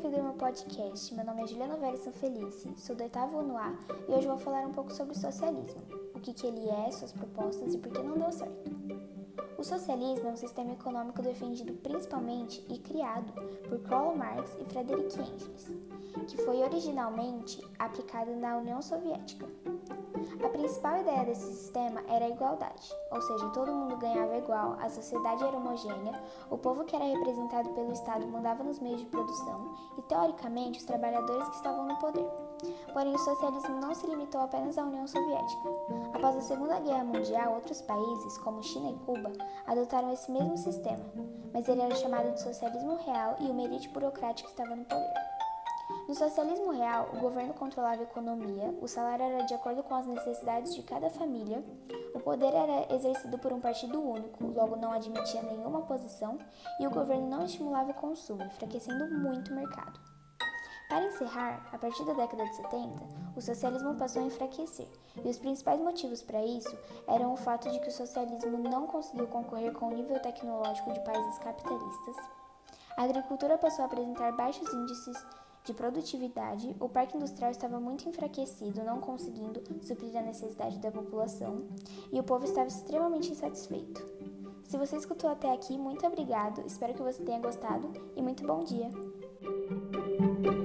ouvido o meu podcast. Meu nome é Juliana Vera Sanfelice, sou do 8º ano A e hoje vou falar um pouco sobre o socialismo, o que ele é, suas propostas e por que não deu certo. O socialismo é um sistema econômico defendido principalmente e criado por Karl Marx e Friedrich Engels, que foi originalmente aplicado na União Soviética. A principal ideia desse sistema era a igualdade, ou seja, todo mundo ganhava igual, a sociedade era homogênea, o povo que era representado pelo Estado mandava nos meios de produção e, teoricamente, os trabalhadores que estavam no poder. Porém, o socialismo não se limitou apenas à União Soviética. Após a Segunda Guerra Mundial, outros países, como China e Cuba, adotaram esse mesmo sistema, mas ele era chamado de socialismo real e uma elite burocrática estava no poder. No socialismo real, o governo controlava a economia, o salário era de acordo com as necessidades de cada família, o poder era exercido por um partido único, logo não admitia nenhuma oposição, e o governo não estimulava o consumo, enfraquecendo muito o mercado. Para encerrar, a partir da década de 70, o socialismo passou a enfraquecer, e os principais motivos para isso eram o fato de que o socialismo não conseguiu concorrer com o nível tecnológico de países capitalistas, a agricultura passou a apresentar baixos índices de produtividade, o parque industrial estava muito enfraquecido, não conseguindo suprir a necessidade da população, e o povo estava extremamente insatisfeito. Se você escutou até aqui, muito obrigado, espero que você tenha gostado e muito bom dia!